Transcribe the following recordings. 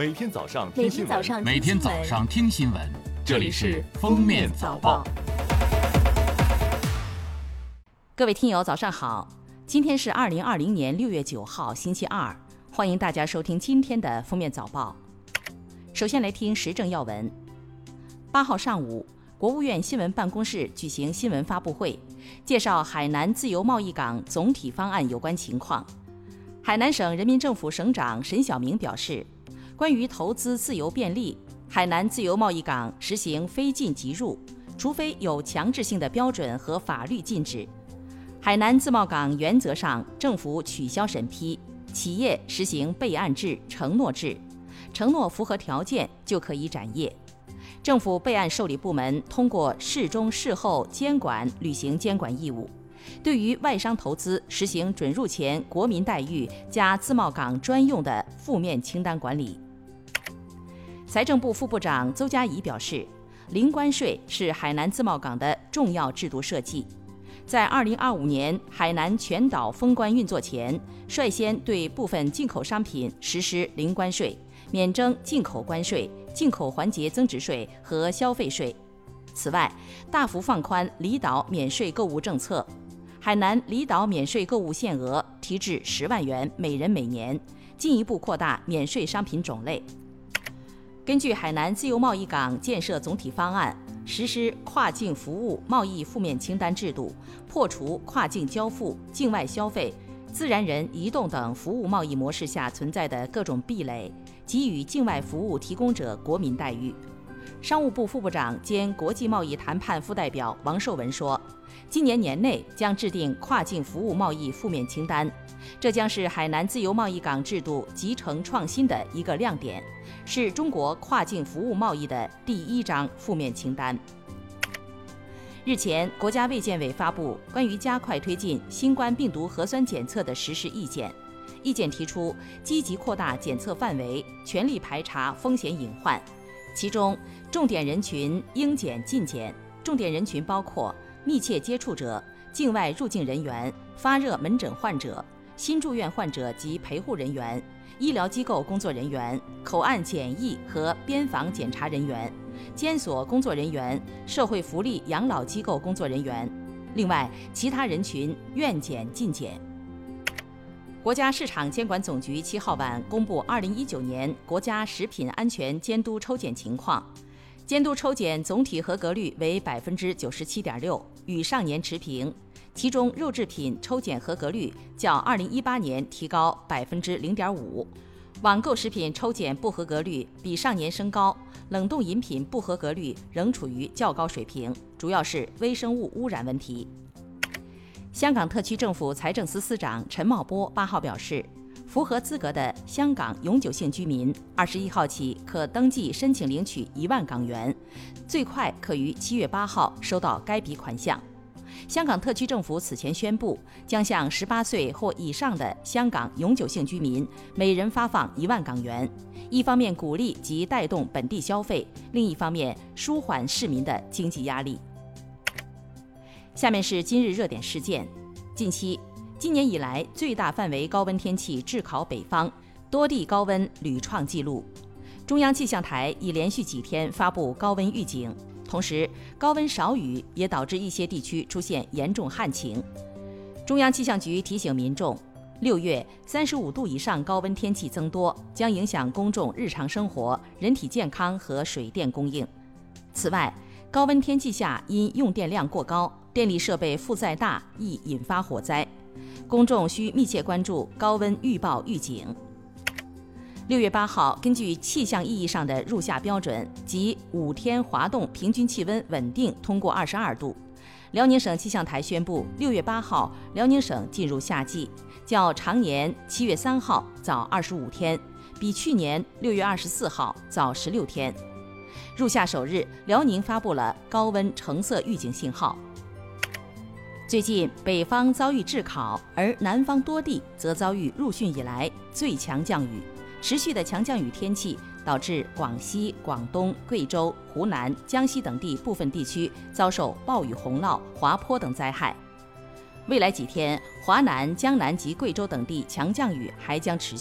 每天早上听新闻， 每天早上听新闻， 这里是封面早报。 各位听友早上好，今天是2020年6月9号星期二，欢迎大家收听今天的封面早报。首先来听时政要闻。8号上午，国务院新闻办公室举行新闻发布会，介绍海南自由贸易港总体方案有关情况。海南省人民政府省长沈晓明表示，关于投资自由便利，海南自由贸易港实行非进即入，除非有强制性的标准和法律禁止。海南自贸港原则上政府取消审批，企业实行备案制、承诺制，承诺符合条件就可以展业。政府备案受理部门通过事中事后监管履行监管义务，对于外商投资实行准入前国民待遇加自贸港专用的负面清单管理。财政部副部长邹嘉怡表示，零关税是海南自贸港的重要制度设计。在2025年海南全岛封关运作前，率先对部分进口商品实施零关税，免征进口关税、进口环节增值税和消费税。此外，大幅放宽离岛免税购物政策，海南离岛免税购物限额提至10万元每人每年，进一步扩大免税商品种类。根据海南自由贸易港建设总体方案，实施跨境服务贸易负面清单制度，破除跨境交付、境外消费、自然人移动等服务贸易模式下存在的各种壁垒，给予境外服务提供者国民待遇。商务部副部长兼国际贸易谈判副代表王受文说，今年年内将制定跨境服务贸易负面清单，这将是海南自由贸易港制度集成创新的一个亮点，是中国跨境服务贸易的第1张负面清单。日前，国家卫健委发布关于加快推进新冠病毒核酸检测的实施意见。意见提出，积极扩大检测范围，全力排查风险隐患。其中，重点人群应检尽检，重点人群包括密切接触者、境外入境人员、发热门诊患者、新住院患者及陪护人员、医疗机构工作人员、口岸检疫和边防检查人员、监所工作人员、社会福利养老机构工作人员。另外，其他人群愿检尽检。国家市场监管总局7号晚公布2019年国家食品安全监督抽检情况，监督抽检总体合格率为97.6%，与上年持平。其中，肉制品抽检合格率较2018年提高0.5%，网购食品抽检不合格率比上年升高，冷冻饮品不合格率仍处于较高水平，主要是微生物污染问题。香港特区政府财政司司长陈茂波8号表示，符合资格的香港永久性居民21号起可登记申请领取1万港元，最快可于7月8号收到该笔款项。香港特区政府此前宣布，将向18岁或以上的香港永久性居民每人发放1万港元，一方面鼓励及带动本地消费，另一方面舒缓市民的经济压力。下面是今日热点事件。近期，今年以来最大范围高温天气炙烤北方，多地高温屡创纪录。中央气象台已连续几天发布高温预警，同时高温少雨也导致一些地区出现严重旱情。中央气象局提醒民众，6月35度以上高温天气增多，将影响公众日常生活、人体健康和水电供应。此外，高温天气下因用电量过高，电力设备负载大，易引发火灾。公众需密切关注高温预报预警。6月8号，根据气象意义上的入夏标准，即5天滑动平均气温稳定通过22度，辽宁省气象台宣布，6月8号，辽宁省进入夏季，较常年7月3号早25天，比去年6月24号早16天。入夏首日，辽宁发布了高温橙色预警信号。最近，北方遭遇炙烤，而南方多地则遭遇入汛以来最强降雨。持续的强降雨天气导致广西、广东、贵州、湖南、江西等地部分地区遭受暴雨洪涝、滑坡等灾害。未来几天，华南、江南及贵州等地强降雨还将持续，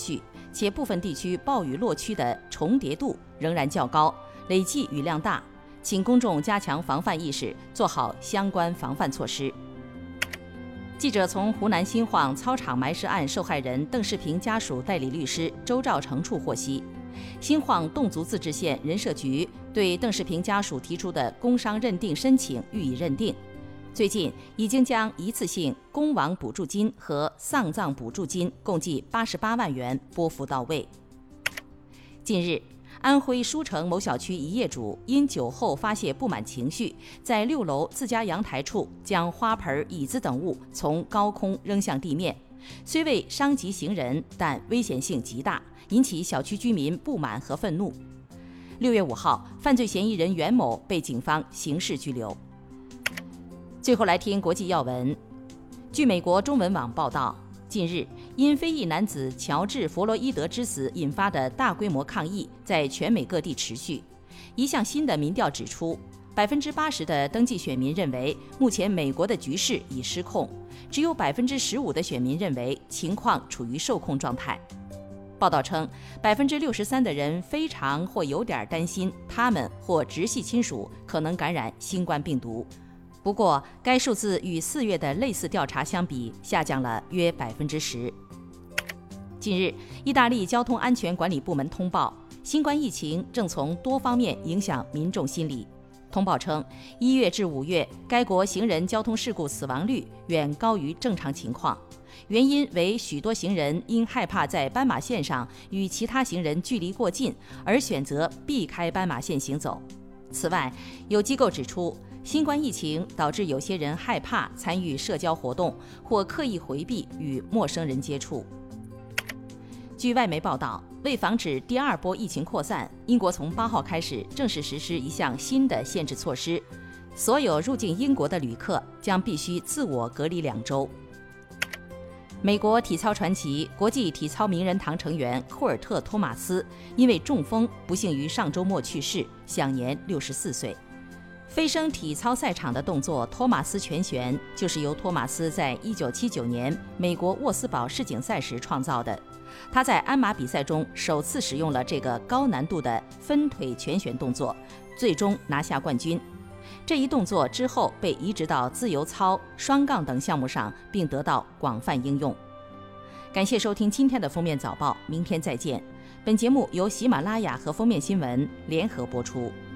且部分地区暴雨落区的重叠度仍然较高，累计雨量大，请公众加强防范意识，做好相关防范措施。记者从湖南新晃操场埋尸案受害人邓世平家属代理律师周兆成处获悉，新晃侗族自治县人社局对邓世平家属提出的工伤认定申请予以认定，最近已经将一次性工亡补助金和丧葬补助金共计88万元拨付到位。近日，安徽舒城某小区一业主因酒后发泄不满情绪，在6楼自家阳台处将花盆、椅子等物从高空扔向地面，虽未伤及行人，但危险性极大，引起小区居民不满和愤怒。6月5号，犯罪嫌疑人袁某被警方刑事拘留。最后来听国际要闻。据美国中文网报道，近日因非裔男子乔治·弗洛伊德之死引发的大规模抗议在全美各地持续。一项新的民调指出，80%的登记选民认为目前美国的局势已失控，只有15%的选民认为情况处于受控状态。报道称，63%的人非常或有点担心他们或直系亲属可能感染新冠病毒。不过，该数字与4月的类似调查相比，下降了约10%。近日，意大利交通安全管理部门通报，新冠疫情正从多方面影响民众心理。通报称，1月至5月，该国行人交通事故死亡率远高于正常情况，原因为许多行人因害怕在斑马线上与其他行人距离过近，而选择避开斑马线行走。此外，有机构指出，新冠疫情导致有些人害怕参与社交活动，或刻意回避与陌生人接触。据外媒报道，为防止第2波疫情扩散，英国从8号开始正式实施一项新的限制措施，所有入境英国的旅客将必须自我隔离2周。美国体操传奇、国际体操名人堂成员库尔特·托马斯因为中风不幸于上周末去世，享年64岁。飞升体操赛场的动作托马斯拳旋就是由托马斯在1979年美国沃斯堡世锦赛时创造的。他在鞍马比赛中首次使用了这个高难度的分腿拳旋动作，最终拿下冠军。这一动作之后被移植到自由操、双杠等项目上，并得到广泛应用。感谢收听今天的封面早报，明天再见。本节目由喜马拉雅和封面新闻联合播出。